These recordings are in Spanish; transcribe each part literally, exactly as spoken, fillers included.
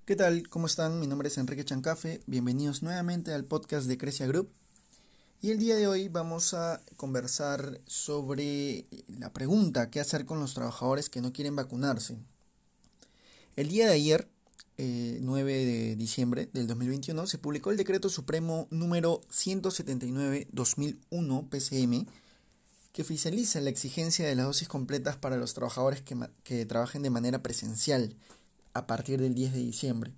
¿Qué tal? ¿Cómo están? Mi nombre es Enrique Chancafe. Bienvenidos nuevamente al podcast de Crecia Group. Y el día de hoy vamos a conversar sobre la pregunta: ¿qué hacer con los trabajadores que no quieren vacunarse? El día de ayer, eh, nueve de diciembre del dos mil veintiuno, se publicó el Decreto Supremo número ciento setenta y nueve guión dos mil uno P C M, que oficializa la exigencia de las dosis completas para los trabajadores que, que trabajen de manera presencial a partir del diez de diciembre.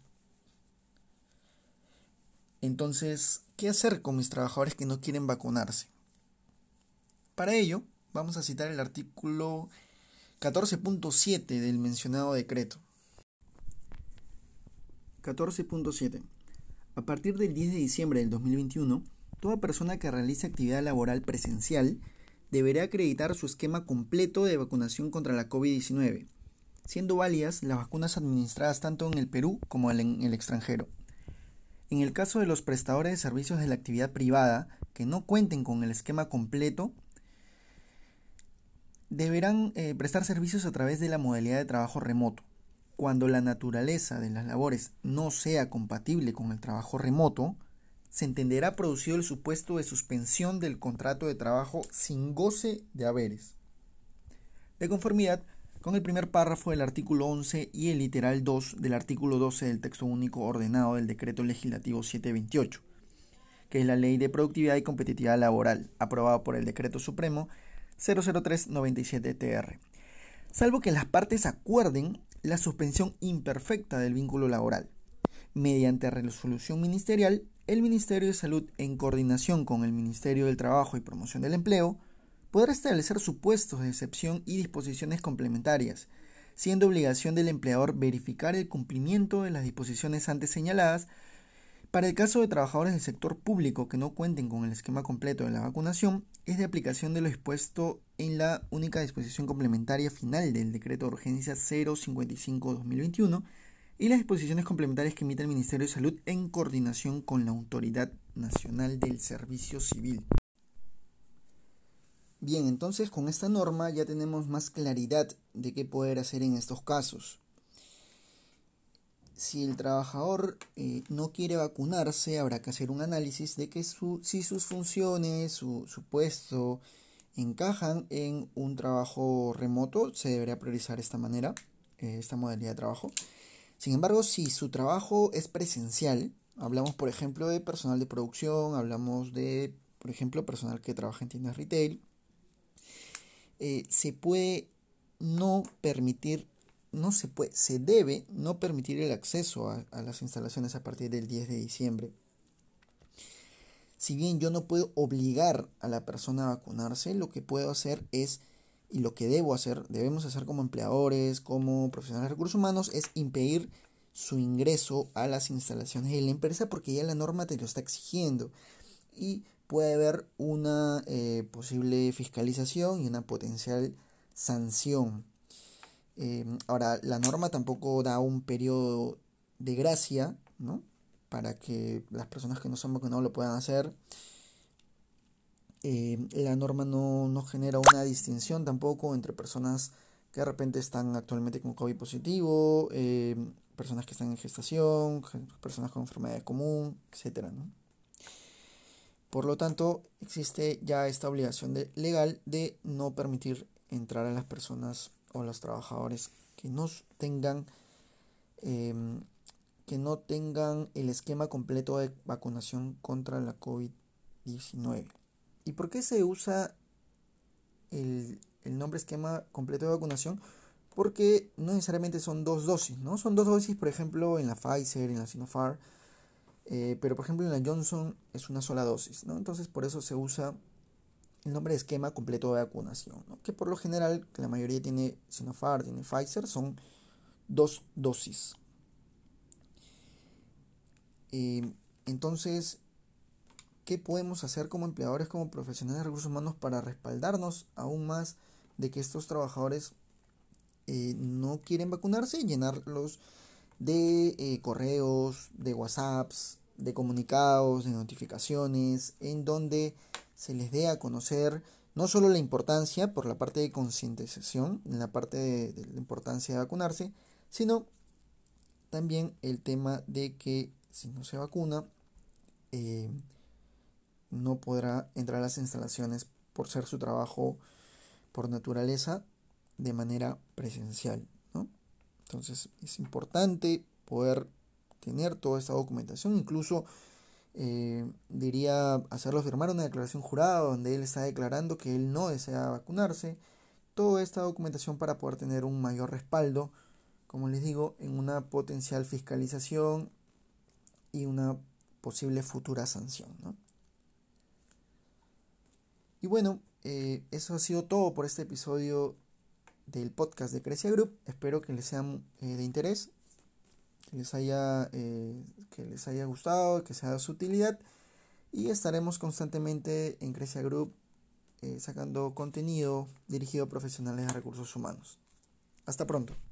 Entonces, ¿qué hacer con mis trabajadores que no quieren vacunarse? Para ello, vamos a citar el artículo catorce punto siete del mencionado decreto. catorce punto siete. A partir del diez de diciembre del dos mil veintiuno, toda persona que realice actividad laboral presencial deberá acreditar su esquema completo de vacunación contra la COVID diecinueve, siendo válidas las vacunas administradas tanto en el Perú como en el extranjero. En el caso de los prestadores de servicios de la actividad privada que no cuenten con el esquema completo, deberán eh, prestar servicios a través de la modalidad de trabajo remoto. Cuando la naturaleza de las labores no sea compatible con el trabajo remoto, se entenderá producido el supuesto de suspensión del contrato de trabajo sin goce de haberes, de conformidad con el primer párrafo del artículo once y el literal dos del artículo doce del texto único ordenado del Decreto Legislativo setecientos veintiocho, que es la Ley de Productividad y Competitividad Laboral, aprobado por el Decreto Supremo cero cero tres guión noventa y siete T R, salvo que las partes acuerden la suspensión imperfecta del vínculo laboral. Mediante resolución ministerial, el Ministerio de Salud, en coordinación con el Ministerio del Trabajo y Promoción del Empleo, podrá establecer supuestos de excepción y disposiciones complementarias, siendo obligación del empleador verificar el cumplimiento de las disposiciones antes señaladas. Para el caso de trabajadores del sector público que no cuenten con el esquema completo de la vacunación, es de aplicación de lo dispuesto en la única disposición complementaria final del Decreto de Urgencia cero cincuenta y cinco guión dos mil veintiuno y las disposiciones complementarias que emite el Ministerio de Salud en coordinación con la Autoridad Nacional del Servicio Civil. Bien, entonces con esta norma ya tenemos más claridad de qué poder hacer en estos casos. Si el trabajador eh, no quiere vacunarse, habrá que hacer un análisis de que su, si sus funciones, su, su puesto encajan en un trabajo remoto, se debería priorizar esta manera, eh, esta modalidad de trabajo. Sin embargo, si su trabajo es presencial, hablamos por ejemplo de personal de producción, hablamos de, por ejemplo, personal que trabaja en tiendas retail, eh, se puede no permitir, no se puede, se debe no permitir el acceso a, a las instalaciones a partir del diez de diciembre. Si bien yo no puedo obligar a la persona a vacunarse, lo que puedo hacer es, y lo que debo hacer, debemos hacer como empleadores, como profesionales de recursos humanos, es impedir su ingreso a las instalaciones de la empresa porque ya la norma te lo está exigiendo. Y puede haber una eh, posible fiscalización y una potencial sanción. Eh, ahora, la norma tampoco da un periodo de gracia, ¿no?, para que las personas que no son vacunados lo puedan hacer. Eh, la norma no, no genera una distinción tampoco entre personas que de repente están actualmente con COVID positivo, eh, personas que están en gestación, personas con enfermedad común, etcétera, ¿no? Por lo tanto, existe ya esta obligación de, legal de no permitir entrar a las personas o a los trabajadores que no tengan eh, que no tengan el esquema completo de vacunación contra la COVID diecinueve. ¿Y por qué se usa el, el nombre esquema completo de vacunación? Porque no necesariamente son dos dosis, ¿no? Son dos dosis, por ejemplo, en la Pfizer, en la Sinopharm, eh, pero por ejemplo en la Johnson es una sola dosis, ¿no? Entonces por eso se usa el nombre de esquema completo de vacunación, ¿no? Que por lo general, la mayoría tiene Sinopharm, tiene Pfizer, son dos dosis. Eh, entonces, ¿qué podemos hacer como empleadores, como profesionales de recursos humanos para respaldarnos aún más de que estos trabajadores eh, no quieren vacunarse? Llenarlos de eh, correos, de WhatsApps, de comunicados, de notificaciones, en donde se les dé a conocer no solo la importancia por la parte de concientización, en la parte de, de la importancia de vacunarse, sino también el tema de que si no se vacuna, eh, no podrá entrar a las instalaciones por ser su trabajo por naturaleza de manera presencial, ¿no? Entonces es importante poder tener toda esta documentación, incluso eh, diría hacerlo firmar una declaración jurada donde él está declarando que él no desea vacunarse, toda esta documentación para poder tener un mayor respaldo, como les digo, en una potencial fiscalización y una posible futura sanción, ¿no? Y bueno, eh, eso ha sido todo por este episodio del podcast de Crecia Group. Espero que les sean eh, de interés, que les haya, eh, que les haya gustado, que sea de su utilidad. Y estaremos constantemente en Crecia Group eh, sacando contenido dirigido a profesionales de recursos humanos. Hasta pronto.